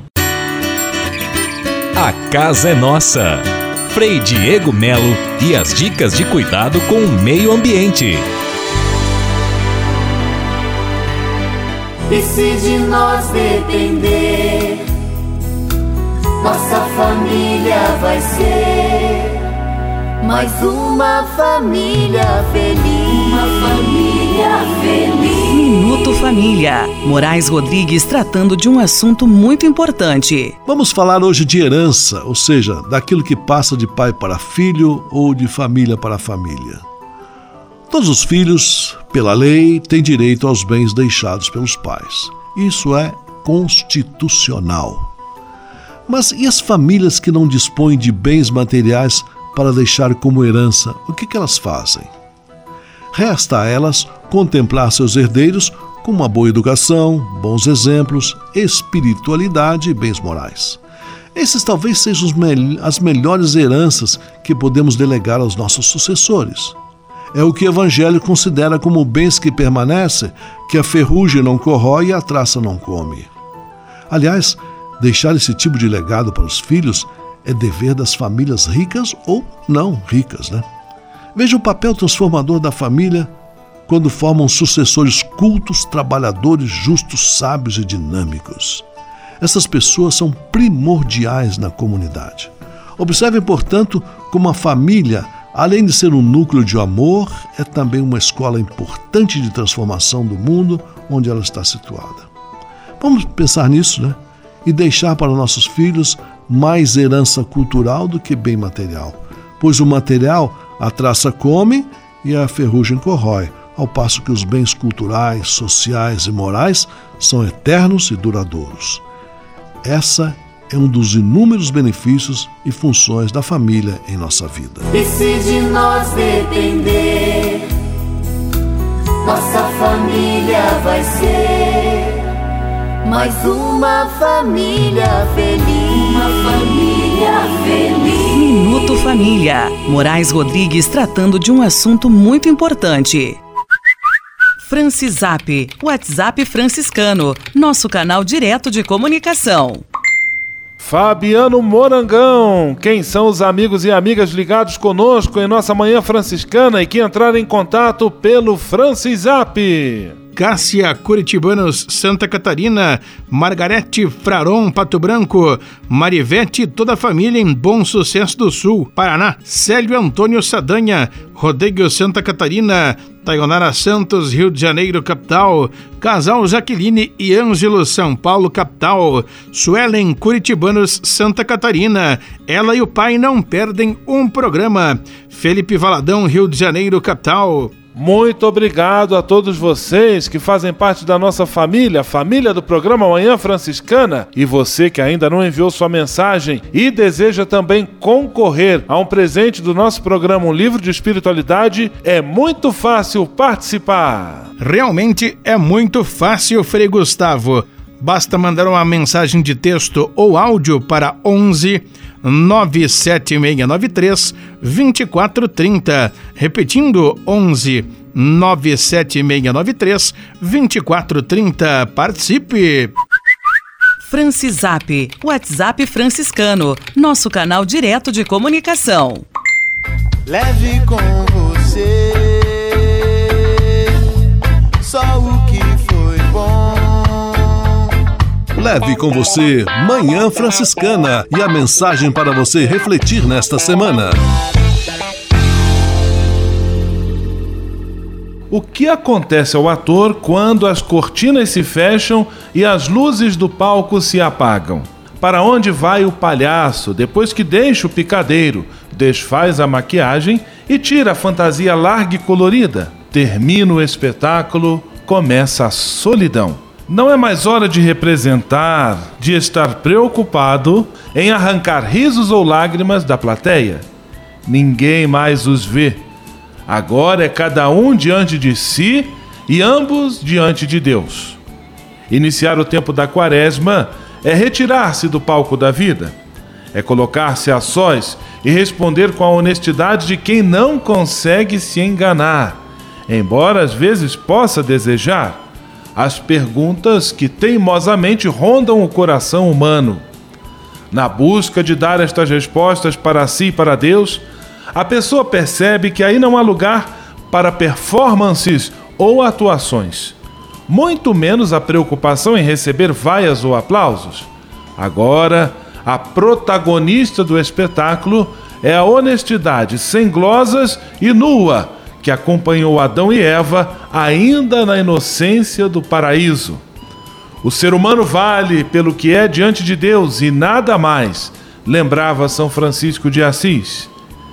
A casa é nossa. Frei Diego Melo e as dicas de cuidado com o meio ambiente. E se de nós depender, nossa família vai ser mais uma família feliz. Uma família feliz. Minuto Família. Moraes Rodrigues tratando de um assunto muito importante. Vamos falar hoje de herança, ou seja, daquilo que passa de pai para filho ou de família para família. Todos os filhos, pela lei, têm direito aos bens deixados pelos pais. Isso é constitucional. Mas e as famílias que não dispõem de bens materiais para deixar como herança? O que elas fazem? Resta a elas contemplar seus herdeiros com uma boa educação, bons exemplos, espiritualidade e bens morais. Esses talvez sejam as melhores heranças que podemos delegar aos nossos sucessores. É o que o Evangelho considera como bens que permanecem, que a ferrugem não corrói e a traça não come. Aliás, deixar esse tipo de legado para os filhos é dever das famílias ricas ou não ricas, né? Veja o papel transformador da família quando formam sucessores cultos, trabalhadores, justos, sábios e dinâmicos. Essas pessoas são primordiais na comunidade. Observem, portanto, como a família, além de ser um núcleo de amor, é também uma escola importante de transformação do mundo onde ela está situada. Vamos pensar nisso, né? E deixar para nossos filhos mais herança cultural do que bem material. Pois o material a traça come e a ferrugem corrói, ao passo que os bens culturais, sociais e morais são eternos e duradouros. Essa é um dos inúmeros benefícios e funções da família em nossa vida. E se de nós depender, nossa família vai ser mais uma família feliz. Uma família feliz. Minuto Família. Moraes Rodrigues tratando de um assunto muito importante. Francisap, WhatsApp franciscano, nosso canal direto de comunicação. Fabiano Morangão, quem são os amigos e amigas ligados conosco em nossa Manhã Franciscana e que entraram em contato pelo Francisap? Cássia, Curitibanos, Santa Catarina, Margarete Fraron, Pato Branco, Marivete, toda a família em Bom Sucesso do Sul, Paraná, Célio Antônio Sadanha, Rodrigo, Santa Catarina, Taionara Santos, Rio de Janeiro, capital, casal Jaqueline e Ângelo, São Paulo, capital, Suelen, Curitibanos, Santa Catarina, ela e o pai não perdem um programa, Felipe Valadão, Rio de Janeiro, capital. Muito obrigado a todos vocês que fazem parte da nossa família, a família do programa Manhã Franciscana. E você que ainda não enviou sua mensagem e deseja também concorrer a um presente do nosso programa, um livro de espiritualidade, é muito fácil participar. Realmente é muito fácil, Frei Gustavo. Basta mandar uma mensagem de texto ou áudio para 11 97693 2430. Repetindo, 11 97693 2430. Participe! Francisap, WhatsApp franciscano, nosso canal direto de comunicação. Leve com você só o que foi bom. Leve com você Manhã Franciscana e a mensagem para você refletir nesta semana. O que acontece ao ator quando as cortinas se fecham e as luzes do palco se apagam? Para onde vai o palhaço depois que deixa o picadeiro, desfaz a maquiagem e tira a fantasia larga e colorida? Termina o espetáculo, começa a solidão. Não é mais hora de representar, de estar preocupado em arrancar risos ou lágrimas da plateia. Ninguém mais os vê. Agora é cada um diante de si e ambos diante de Deus. Iniciar o tempo da Quaresma é retirar-se do palco da vida. É colocar-se a sós e responder com a honestidade de quem não consegue se enganar, embora às vezes possa desejar, as perguntas que teimosamente rondam o coração humano. Na busca de dar estas respostas para si e para Deus, a pessoa percebe que aí não há lugar para performances ou atuações, muito menos a preocupação em receber vaias ou aplausos. Agora, a protagonista do espetáculo é a honestidade sem glosas e nua, que acompanhou Adão e Eva ainda na inocência do paraíso. O ser humano vale pelo que é diante de Deus e nada mais, lembrava São Francisco de Assis.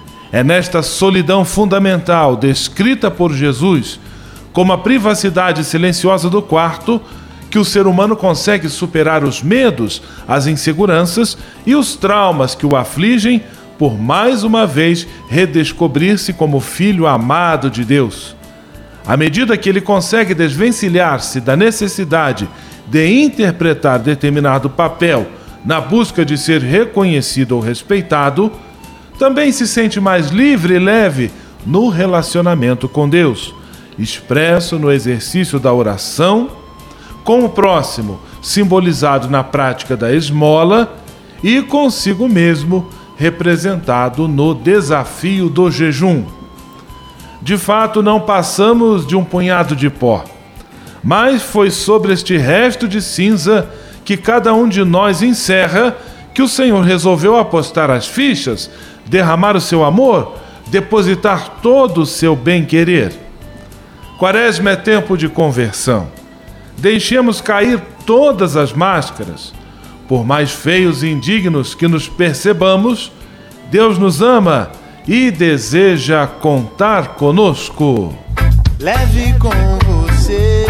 É nesta solidão fundamental descrita por Jesus, como a privacidade silenciosa do quarto, que o ser humano consegue superar os medos, as inseguranças e os traumas que o afligem, por mais uma vez redescobrir-se como filho amado de Deus. À medida que ele consegue desvencilhar-se da necessidade de interpretar determinado papel na busca de ser reconhecido ou respeitado, também se sente mais livre e leve no relacionamento com Deus, expresso no exercício da oração, com o próximo simbolizado na prática da esmola e consigo mesmo representado no desafio do jejum. De fato, não passamos de um punhado de pó, mas foi sobre este resto de cinza que cada um de nós encerra que o Senhor resolveu apostar as fichas, derramar o seu amor, depositar todo o seu bem-querer. Quaresma é tempo de conversão. Deixemos cair todas as máscaras. Por mais feios e indignos que nos percebamos, Deus nos ama e deseja contar conosco. Leve com você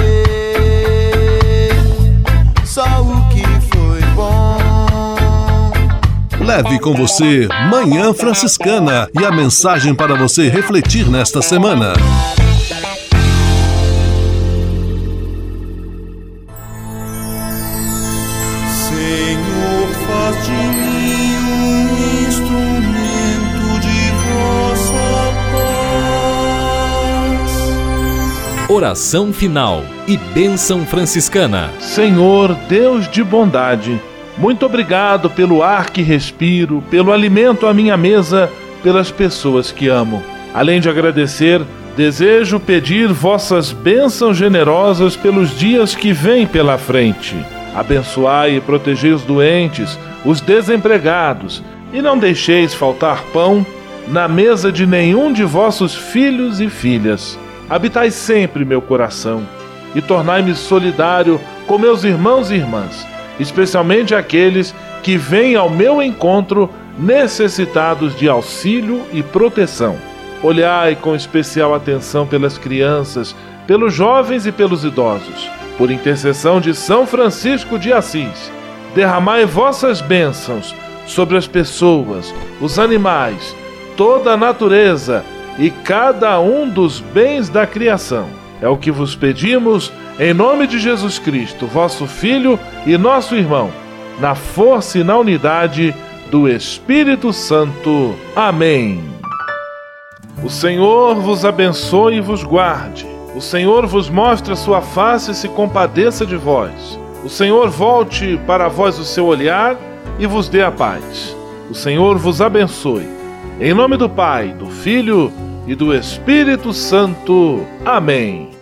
só o que foi bom. Leve com você Manhã Franciscana e a mensagem para você refletir nesta semana. Oração final e bênção franciscana. Senhor, Deus de bondade, muito obrigado pelo ar que respiro, pelo alimento à minha mesa, pelas pessoas que amo. Além de agradecer, desejo pedir vossas bênçãos generosas pelos dias que vêm pela frente. Abençoai e protegei os doentes, os desempregados, e não deixeis faltar pão na mesa de nenhum de vossos filhos e filhas. Habitai sempre meu coração, e tornai-me solidário com meus irmãos e irmãs, especialmente aqueles que vêm ao meu encontro necessitados de auxílio e proteção. Olhai com especial atenção pelas crianças, pelos jovens e pelos idosos. Por intercessão de São Francisco de Assis, derramai vossas bênçãos sobre as pessoas, os animais, toda a natureza e cada um dos bens da criação. É o que vos pedimos, em nome de Jesus Cristo, vosso Filho e nosso irmão, na força e na unidade do Espírito Santo. Amém. O Senhor vos abençoe e vos guarde. O Senhor vos mostre a sua face e se compadeça de vós. O Senhor volte para vós o seu olhar e vos dê a paz. O Senhor vos abençoe. Em nome do Pai, do Filho e do Espírito Santo. Amém.